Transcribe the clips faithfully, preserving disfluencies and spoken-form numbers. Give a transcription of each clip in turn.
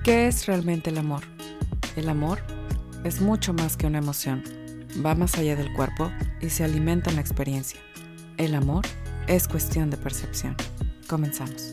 ¿Qué es realmente el amor? El amor es mucho más que una emoción, va más allá del cuerpo y se alimenta en la experiencia. El amor es cuestión de percepción. Comenzamos.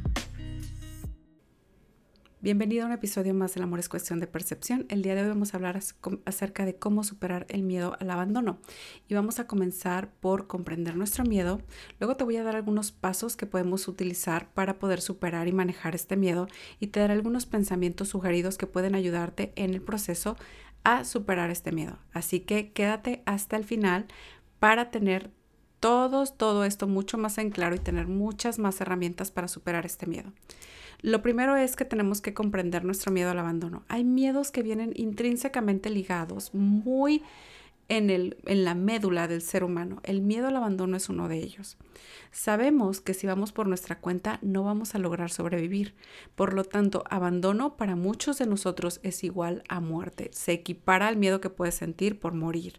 Bienvenido a un episodio más del Amor es cuestión de percepción. El día de hoy vamos a hablar acerca de cómo superar el miedo al abandono. Y vamos a comenzar por comprender nuestro miedo. Luego te voy a dar algunos pasos que podemos utilizar para poder superar y manejar este miedo. Y te daré algunos pensamientos sugeridos que pueden ayudarte en el proceso a superar este miedo. Así que quédate hasta el final para tener todos, todo esto mucho más en claro y tener muchas más herramientas para superar este miedo. Lo primero es que tenemos que comprender nuestro miedo al abandono. Hay miedos que vienen intrínsecamente ligados, muy en, el, en la médula del ser humano. El miedo al abandono es uno de ellos. Sabemos que si vamos por nuestra cuenta no vamos a lograr sobrevivir. Por lo tanto, abandono para muchos de nosotros es igual a muerte. Se equipara al miedo que puedes sentir por morir.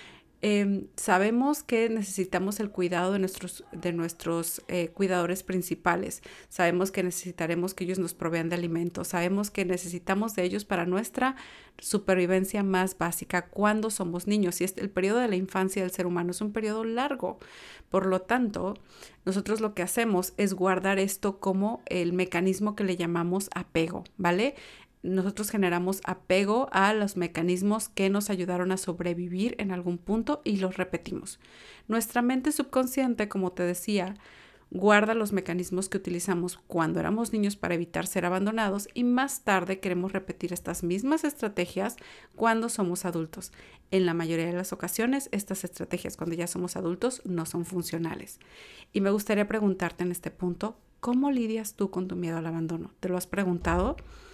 Eh, sabemos que necesitamos el cuidado de nuestros, de nuestros eh, cuidadores principales. Sabemos que necesitaremos que ellos nos provean de alimentos. Sabemos que necesitamos de ellos para nuestra supervivencia más básica cuando somos niños. Y este, el periodo de la infancia del ser humano es un periodo largo. Por lo tanto, nosotros lo que hacemos es guardar esto como el mecanismo que le llamamos apego, ¿vale? Nosotros generamos apego a los mecanismos que nos ayudaron a sobrevivir en algún punto y los repetimos. Nuestra mente subconsciente, como te decía, guarda los mecanismos que utilizamos cuando éramos niños para evitar ser abandonados y más tarde queremos repetir estas mismas estrategias cuando somos adultos. En la mayoría de las ocasiones, estas estrategias cuando ya somos adultos no son funcionales. Y me gustaría preguntarte en este punto, ¿cómo lidias tú con tu miedo al abandono? ¿Te lo has preguntado?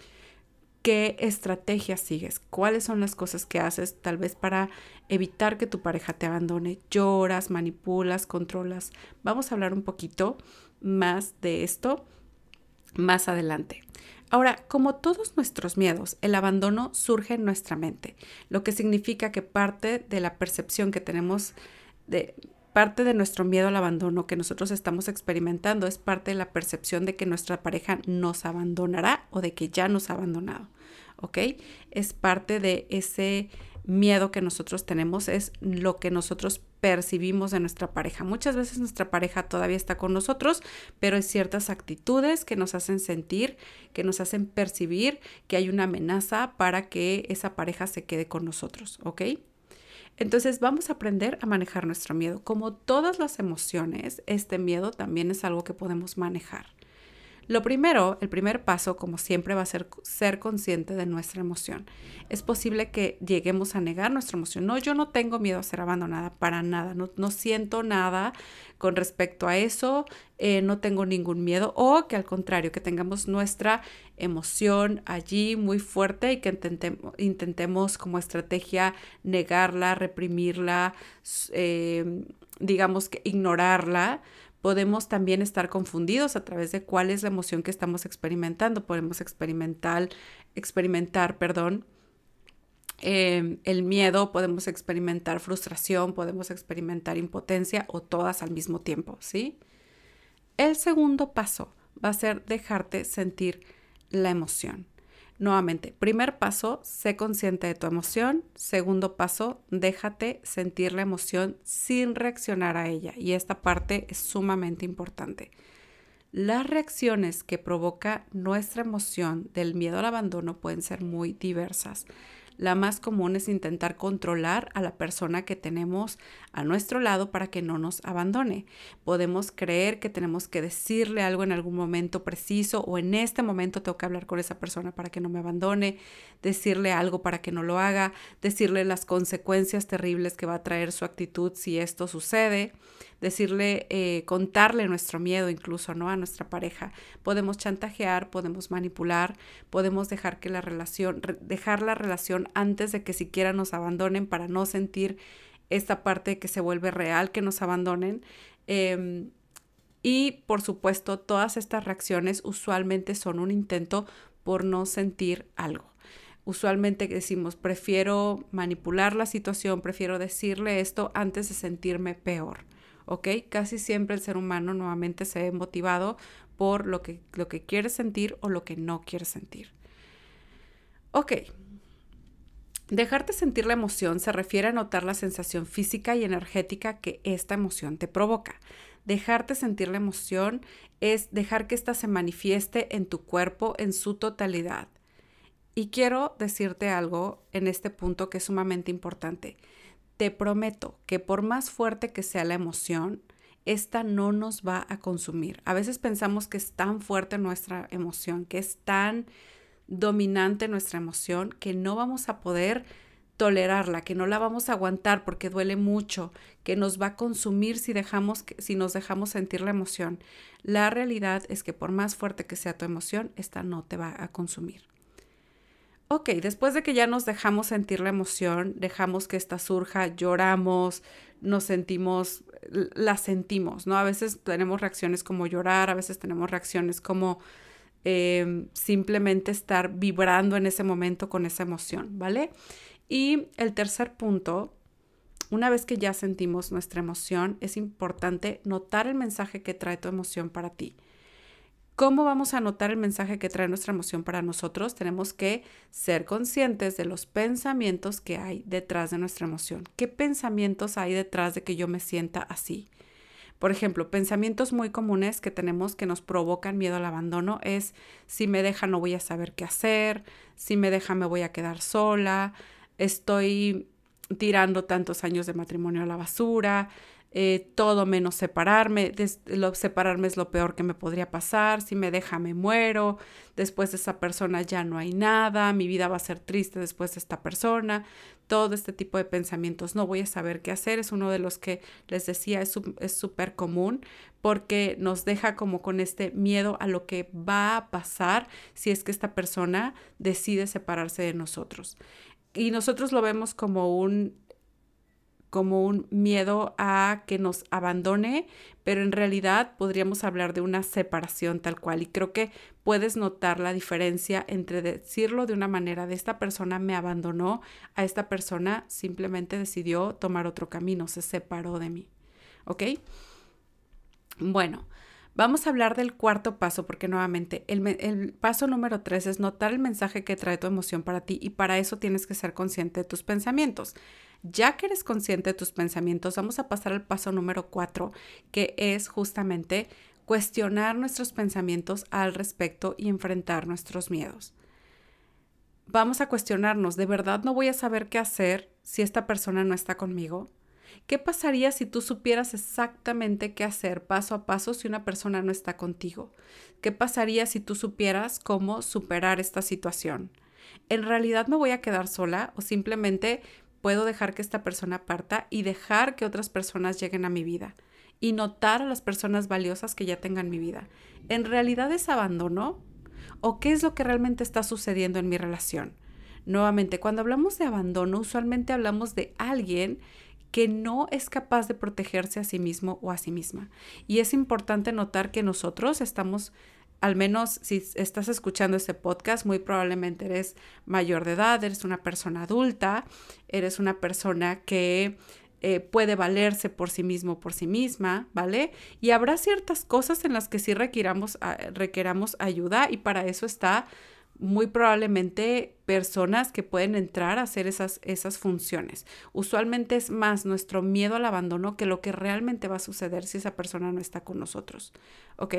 ¿Qué estrategias sigues? ¿Cuáles son las cosas que haces tal vez para evitar que tu pareja te abandone? ¿Lloras, manipulas, controlas? Vamos a hablar un poquito más de esto más adelante. Ahora, como todos nuestros miedos, el abandono surge en nuestra mente, lo que significa que parte de la percepción que tenemos de... Parte de nuestro miedo al abandono que nosotros estamos experimentando es parte de la percepción de que nuestra pareja nos abandonará o de que ya nos ha abandonado, ¿ok? Es parte de ese miedo que nosotros tenemos, es lo que nosotros percibimos de nuestra pareja. Muchas veces nuestra pareja todavía está con nosotros, pero hay ciertas actitudes que nos hacen sentir, que nos hacen percibir que hay una amenaza para que esa pareja se quede con nosotros, ¿ok? Entonces vamos a aprender a manejar nuestro miedo. Como todas las emociones, este miedo también es algo que podemos manejar. Lo primero, el primer paso, como siempre, va a ser ser consciente de nuestra emoción. Es posible que lleguemos a negar nuestra emoción. No, yo no tengo miedo a ser abandonada para nada. No, no siento nada con respecto a eso. Eh, no tengo ningún miedo. O que al contrario, que tengamos nuestra emoción allí muy fuerte y que intentemos, intentemos como estrategia negarla, reprimirla, eh, digamos que ignorarla. Podemos también estar confundidos a través de cuál es la emoción que estamos experimentando. Podemos experimentar, experimentar, perdón, eh, el miedo, podemos experimentar frustración, podemos experimentar impotencia o todas al mismo tiempo, ¿sí? El segundo paso va a ser dejarte sentir la emoción. Nuevamente, primer paso, sé consciente de tu emoción. Segundo paso, déjate sentir la emoción sin reaccionar a ella. Y esta parte es sumamente importante. Las reacciones que provoca nuestra emoción del miedo al abandono pueden ser muy diversas. La más común es intentar controlar a la persona que tenemos a nuestro lado para que no nos abandone. Podemos creer que tenemos que decirle algo en algún momento preciso o en este momento tengo que hablar con esa persona para que no me abandone, decirle algo para que no lo haga, decirle las consecuencias terribles que va a traer su actitud si esto sucede, decirle, eh, contarle nuestro miedo incluso, ¿no? A nuestra pareja. Podemos chantajear, podemos manipular, podemos dejar que la relación, dejar la relación antes de que siquiera nos abandonen para no sentir esta parte que se vuelve real, que nos abandonen. Eh, y por supuesto, todas estas reacciones usualmente son un intento por no sentir algo. Usualmente decimos, prefiero manipular la situación, prefiero decirle esto antes de sentirme peor. ¿Ok? Casi siempre el ser humano nuevamente se ve motivado por lo que, lo que quiere sentir o lo que no quiere sentir. Ok. Dejarte sentir la emoción se refiere a notar la sensación física y energética que esta emoción te provoca. Dejarte sentir la emoción es dejar que ésta se manifieste en tu cuerpo en su totalidad. Y quiero decirte algo en este punto que es sumamente importante. Te prometo que por más fuerte que sea la emoción, esta no nos va a consumir. A veces pensamos que es tan fuerte nuestra emoción, que es tan dominante nuestra emoción, que no vamos a poder tolerarla, que no la vamos a aguantar porque duele mucho, que nos va a consumir si dejamos, si nos dejamos sentir la emoción. La realidad es que por más fuerte que sea tu emoción, esta no te va a consumir. Ok, después de que ya nos dejamos sentir la emoción, dejamos que esta surja, lloramos, nos sentimos, la sentimos, ¿no? A veces tenemos reacciones como llorar, a veces tenemos reacciones como eh, simplemente estar vibrando en ese momento con esa emoción, ¿vale? Y el tercer punto, una vez que ya sentimos nuestra emoción, es importante notar el mensaje que trae tu emoción para ti. ¿Cómo vamos a notar el mensaje que trae nuestra emoción para nosotros? Tenemos que ser conscientes de los pensamientos que hay detrás de nuestra emoción. ¿Qué pensamientos hay detrás de que yo me sienta así? Por ejemplo, pensamientos muy comunes que tenemos que nos provocan miedo al abandono es: si me deja no voy a saber qué hacer, si me deja me voy a quedar sola, estoy tirando tantos años de matrimonio a la basura, Eh, todo menos separarme, des, lo, separarme es lo peor que me podría pasar, si me deja me muero, después de esa persona ya no hay nada, mi vida va a ser triste después de esta persona. Todo este tipo de pensamientos, no voy a saber qué hacer, es uno de los que les decía, es súper común porque nos deja como con este miedo a lo que va a pasar si es que esta persona decide separarse de nosotros. Y nosotros lo vemos como un como un miedo a que nos abandone, pero en realidad podríamos hablar de una separación tal cual. Y creo que puedes notar la diferencia entre decirlo de una manera de esta persona me abandonó a esta persona simplemente decidió tomar otro camino, se separó de mí. ¿Ok? Bueno, vamos a hablar del cuarto paso porque nuevamente el, el paso número tres es notar el mensaje que trae tu emoción para ti y para eso tienes que ser consciente de tus pensamientos. Ya que eres consciente de tus pensamientos, vamos a pasar al paso número cuatro, que es justamente cuestionar nuestros pensamientos al respecto y enfrentar nuestros miedos. Vamos a cuestionarnos, ¿de verdad no voy a saber qué hacer si esta persona no está conmigo? ¿Qué pasaría si tú supieras exactamente qué hacer paso a paso si una persona no está contigo? ¿Qué pasaría si tú supieras cómo superar esta situación? ¿En realidad me voy a quedar sola o simplemente puedo dejar que esta persona parta y dejar que otras personas lleguen a mi vida y notar a las personas valiosas que ya tengan mi vida? ¿En realidad es abandono? ¿O qué es lo que realmente está sucediendo en mi relación? Nuevamente, cuando hablamos de abandono, usualmente hablamos de alguien que no es capaz de protegerse a sí mismo o a sí misma. Y es importante notar que nosotros estamos, al menos si estás escuchando este podcast, muy probablemente eres mayor de edad, eres una persona adulta, eres una persona que eh, puede valerse por sí mismo, por sí misma, ¿vale? Y habrá ciertas cosas en las que sí requiramos, requeramos ayuda y para eso está muy probablemente personas que pueden entrar a hacer esas, esas funciones. Usualmente es más nuestro miedo al abandono que lo que realmente va a suceder si esa persona no está con nosotros, ¿ok?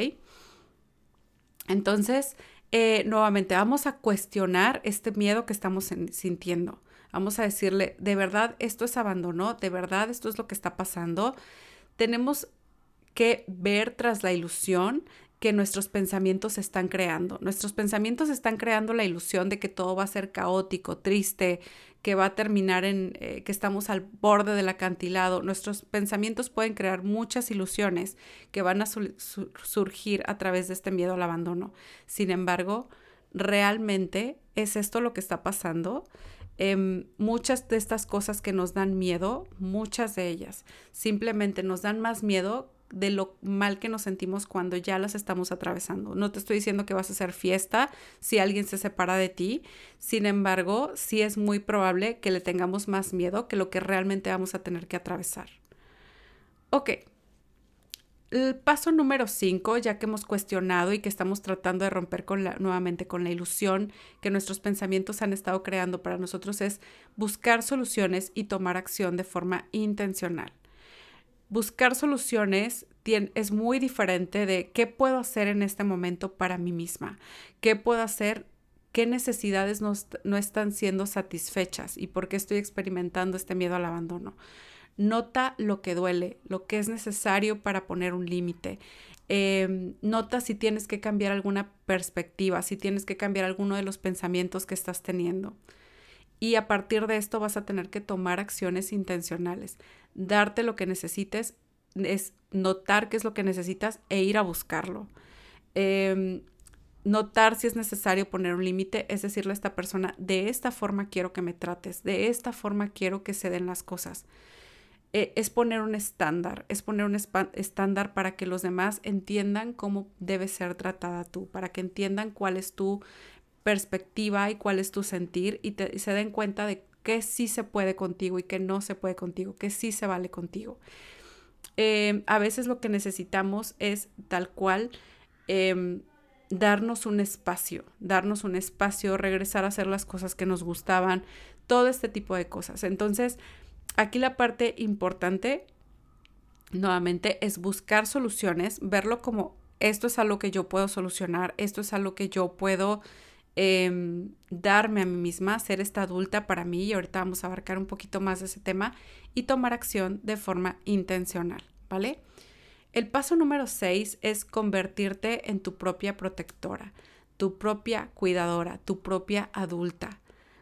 Entonces, eh, nuevamente, vamos a cuestionar este miedo que estamos en, sintiendo. Vamos a decirle, ¿de verdad esto es abandono? ¿De verdad esto es lo que está pasando? Tenemos que ver tras la ilusión que nuestros pensamientos están creando. Nuestros pensamientos están creando la ilusión de que todo va a ser caótico, triste, que va a terminar en eh, que estamos al borde del acantilado. Nuestros pensamientos pueden crear muchas ilusiones que van a su- su- surgir a través de este miedo al abandono. Sin embargo, ¿realmente es esto lo que está pasando? Eh, muchas de estas cosas que nos dan miedo, muchas de ellas simplemente nos dan más miedo de lo mal que nos sentimos cuando ya las estamos atravesando. No te estoy diciendo que vas a hacer fiesta si alguien se separa de ti. Sin embargo, sí es muy probable que le tengamos más miedo que lo que realmente vamos a tener que atravesar. Ok. El paso número cinco, ya que hemos cuestionado y que estamos tratando de romper con la, nuevamente con la ilusión que nuestros pensamientos han estado creando para nosotros, es buscar soluciones y tomar acción de forma intencional. Buscar soluciones tiene, es muy diferente de qué puedo hacer en este momento para mí misma, qué puedo hacer, qué necesidades no, no están siendo satisfechas y por qué estoy experimentando este miedo al abandono. Nota lo que duele, lo que es necesario para poner un límite. Eh, nota si tienes que cambiar alguna perspectiva, si tienes que cambiar alguno de los pensamientos que estás teniendo. Y a partir de esto vas a tener que tomar acciones intencionales. Darte lo que necesites, es notar qué es lo que necesitas e ir a buscarlo. Eh, notar si es necesario poner un límite, es decirle a esta persona, de esta forma quiero que me trates, de esta forma quiero que se den las cosas. Es poner un estándar, es poner un estándar para que los demás entiendan cómo debe ser tratada tú, para que entiendan cuál es tu perspectiva y cuál es tu sentir y, te, y se den cuenta de que sí se puede contigo y que no se puede contigo, que sí se vale contigo. Eh, a veces lo que necesitamos es tal cual eh, darnos un espacio, darnos un espacio, regresar a hacer las cosas que nos gustaban, todo este tipo de cosas. Entonces, aquí la parte importante, nuevamente, es buscar soluciones, verlo como esto es algo que yo puedo solucionar, esto es algo que yo puedo eh, darme a mí misma, ser esta adulta para mí, y ahorita vamos a abarcar un poquito más de ese tema, y tomar acción de forma intencional, ¿vale? El paso número seis es convertirte en tu propia protectora, tu propia cuidadora, tu propia adulta.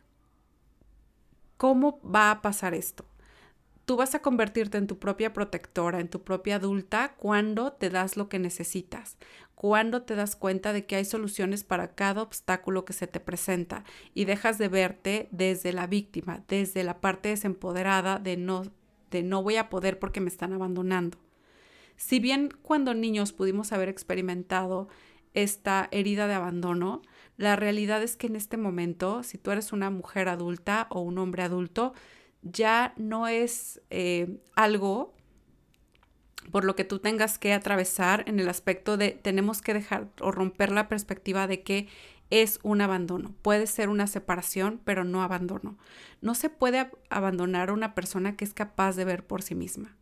¿Cómo va a pasar esto? Tú vas a convertirte en tu propia protectora, en tu propia adulta, cuando te das lo que necesitas, cuando te das cuenta de que hay soluciones para cada obstáculo que se te presenta y dejas de verte desde la víctima, desde la parte desempoderada de no, de no voy a poder porque me están abandonando. Si bien cuando niños pudimos haber experimentado esta herida de abandono, la realidad es que en este momento, si tú eres una mujer adulta o un hombre adulto, ya no es eh, algo por lo que tú tengas que atravesar en el aspecto de tenemos que dejar o romper la perspectiva de que es un abandono. Puede ser una separación, pero no abandono. No se puede abandonar a una persona que es capaz de ver por sí misma.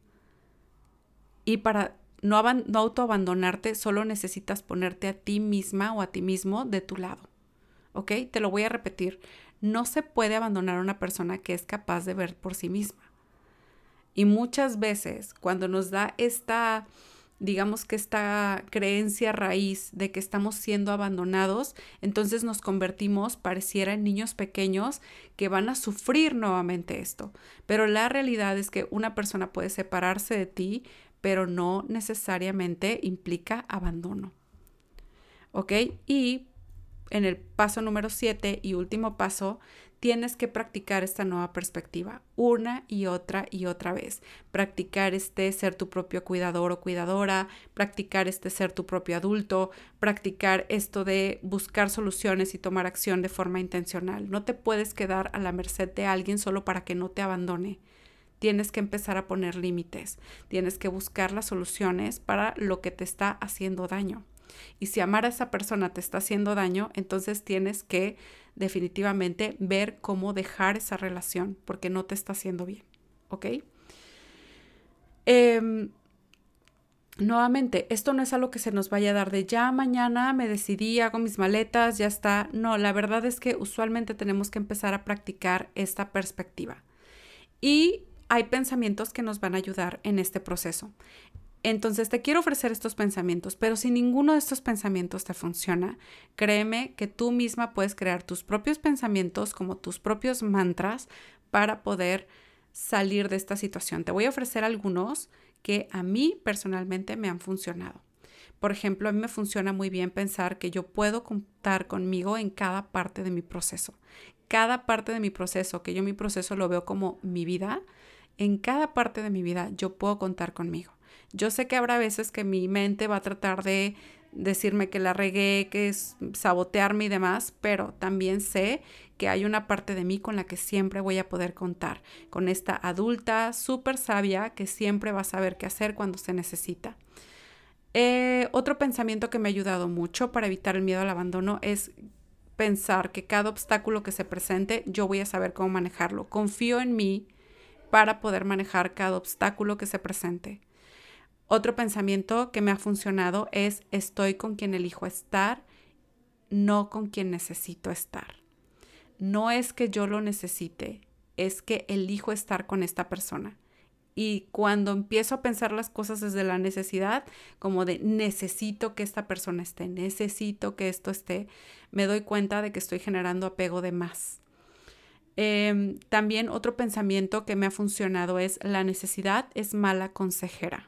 Y para no, aban- no autoabandonarte, solo necesitas ponerte a ti misma o a ti mismo de tu lado. ¿Ok? Te lo voy a repetir. No se puede abandonar a una persona que es capaz de ver por sí misma. Y muchas veces cuando nos da esta, digamos que esta creencia raíz de que estamos siendo abandonados, entonces nos convertimos, pareciera, en niños pequeños que van a sufrir nuevamente esto. Pero la realidad es que una persona puede separarse de ti, pero no necesariamente implica abandono. ¿Ok? Y en el paso número siete y último paso, tienes que practicar esta nueva perspectiva una y otra y otra vez. Practicar este ser tu propio cuidador o cuidadora, practicar este ser tu propio adulto, practicar esto de buscar soluciones y tomar acción de forma intencional. No te puedes quedar a la merced de alguien solo para que no te abandone. Tienes que empezar a poner límites. Tienes que buscar las soluciones para lo que te está haciendo daño. Y si amar a esa persona te está haciendo daño, entonces tienes que definitivamente ver cómo dejar esa relación porque no te está haciendo bien, ¿ok? Eh, nuevamente, esto no es algo que se nos vaya a dar de ya mañana me decidí, hago mis maletas, ya está. No, la verdad es que usualmente tenemos que empezar a practicar esta perspectiva. Y hay pensamientos que nos van a ayudar en este proceso. Entonces te quiero ofrecer estos pensamientos, pero si ninguno de estos pensamientos te funciona, créeme que tú misma puedes crear tus propios pensamientos como tus propios mantras para poder salir de esta situación. Te voy a ofrecer algunos que a mí personalmente me han funcionado. Por ejemplo, a mí me funciona muy bien pensar que yo puedo contar conmigo en cada parte de mi proceso. Cada parte de mi proceso, que yo mi proceso lo veo como mi vida, en cada parte de mi vida yo puedo contar conmigo. Yo sé que habrá veces que mi mente va a tratar de decirme que la regué, que es sabotearme y demás, pero también sé que hay una parte de mí con la que siempre voy a poder contar, con esta adulta súper sabia que siempre va a saber qué hacer cuando se necesita. Eh, otro pensamiento que me ha ayudado mucho para evitar el miedo al abandono es pensar que cada obstáculo que se presente, yo voy a saber cómo manejarlo. Confío en mí para poder manejar cada obstáculo que se presente. Otro pensamiento que me ha funcionado es estoy con quien elijo estar, no con quien necesito estar. No es que yo lo necesite, es que elijo estar con esta persona. Y cuando empiezo a pensar las cosas desde la necesidad, como de necesito que esta persona esté, necesito que esto esté, me doy cuenta de que estoy generando apego de más. Eh, también otro pensamiento que me ha funcionado es la necesidad es mala consejera.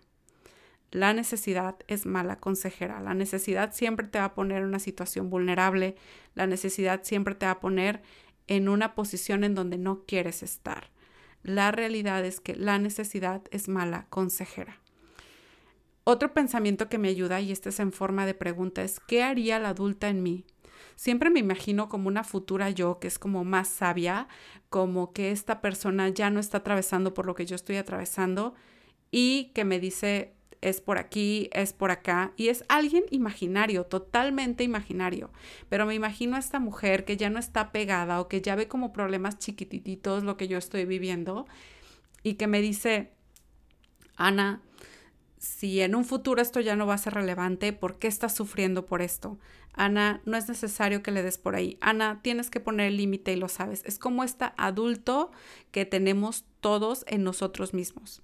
La necesidad es mala consejera. La necesidad siempre te va a poner en una situación vulnerable. La necesidad siempre te va a poner en una posición en donde no quieres estar. La realidad es que la necesidad es mala consejera. Otro pensamiento que me ayuda, y este es en forma de pregunta, es ¿qué haría la adulta en mí? Siempre me imagino como una futura yo que es como más sabia, como que esta persona ya no está atravesando por lo que yo estoy atravesando y que me dice es por aquí, es por acá, y es alguien imaginario, totalmente imaginario, pero me imagino a esta mujer que ya no está pegada o que ya ve como problemas chiquititos lo que yo estoy viviendo y que me dice, Ana, si en un futuro esto ya no va a ser relevante, ¿por qué estás sufriendo por esto? Ana, no es necesario que le des por ahí. Ana, tienes que poner el límite y lo sabes. Es como este adulto que tenemos todos en nosotros mismos.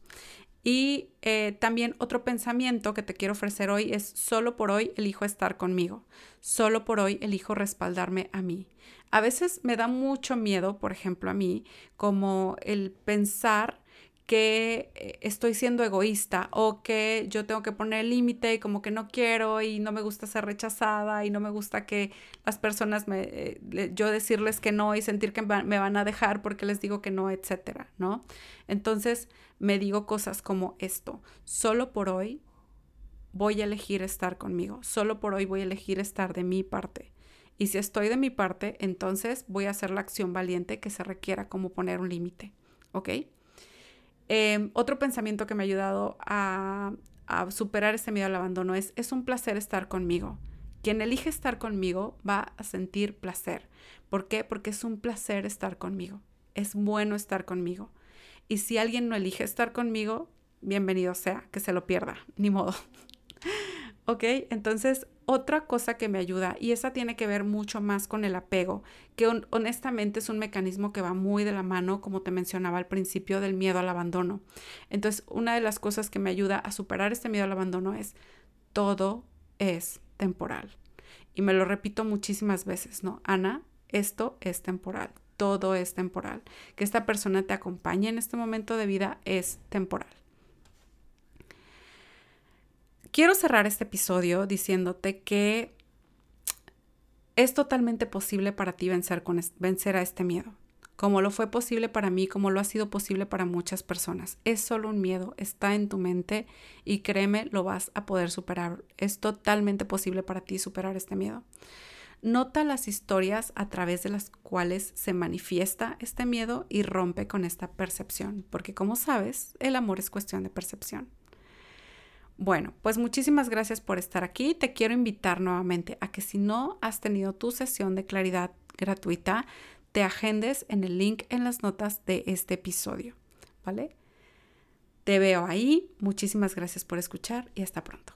Y eh, también otro pensamiento que te quiero ofrecer hoy es solo por hoy elijo estar conmigo. Solo por hoy elijo respaldarme a mí. A veces me da mucho miedo, por ejemplo, a mí, como el pensar que estoy siendo egoísta o que yo tengo que poner el límite y como que no quiero y no me gusta ser rechazada y no me gusta que las personas, me, eh, yo decirles que no y sentir que me van a dejar porque les digo que no, etcétera, ¿no? Entonces me digo cosas como esto, solo por hoy voy a elegir estar conmigo, solo por hoy voy a elegir estar de mi parte. Y si estoy de mi parte, entonces voy a hacer la acción valiente que se requiera como poner un límite, ¿ok? Eh, otro pensamiento que me ha ayudado a, a superar este miedo al abandono es, es un placer estar conmigo. Quien elige estar conmigo va a sentir placer. ¿Por qué? Porque es un placer estar conmigo. Es bueno estar conmigo. Y si alguien no elige estar conmigo, bienvenido sea, que se lo pierda, ni modo. ¿Ok? Entonces, otra cosa que me ayuda, y esa tiene que ver mucho más con el apego, que on- honestamente es un mecanismo que va muy de la mano, como te mencionaba al principio, del miedo al abandono. Entonces, una de las cosas que me ayuda a superar este miedo al abandono es todo es temporal. Y me lo repito muchísimas veces, ¿no? Ana, esto es temporal, todo es temporal. Que esta persona te acompañe en este momento de vida es temporal. Quiero cerrar este episodio diciéndote que es totalmente posible para ti vencer, con, vencer a este miedo, como lo fue posible para mí, como lo ha sido posible para muchas personas. Es solo un miedo, está en tu mente y créeme, lo vas a poder superar. Es totalmente posible para ti superar este miedo. Nota las historias a través de las cuales se manifiesta este miedo y rompe con esta percepción, porque como sabes, el amor es cuestión de percepción. Bueno, pues muchísimas gracias por estar aquí. Te quiero invitar nuevamente a que si no has tenido tu sesión de claridad gratuita, te agendes en el link en las notas de este episodio, ¿vale? Te veo ahí. Muchísimas gracias por escuchar y hasta pronto.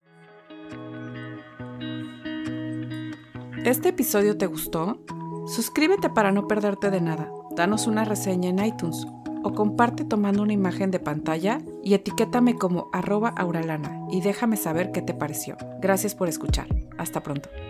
¿Este episodio te gustó? Suscríbete para no perderte de nada. Danos una reseña en iTunes o comparte tomando una imagen de pantalla y etiquétame como arroba auralana y déjame saber qué te pareció. Gracias por escuchar. Hasta pronto.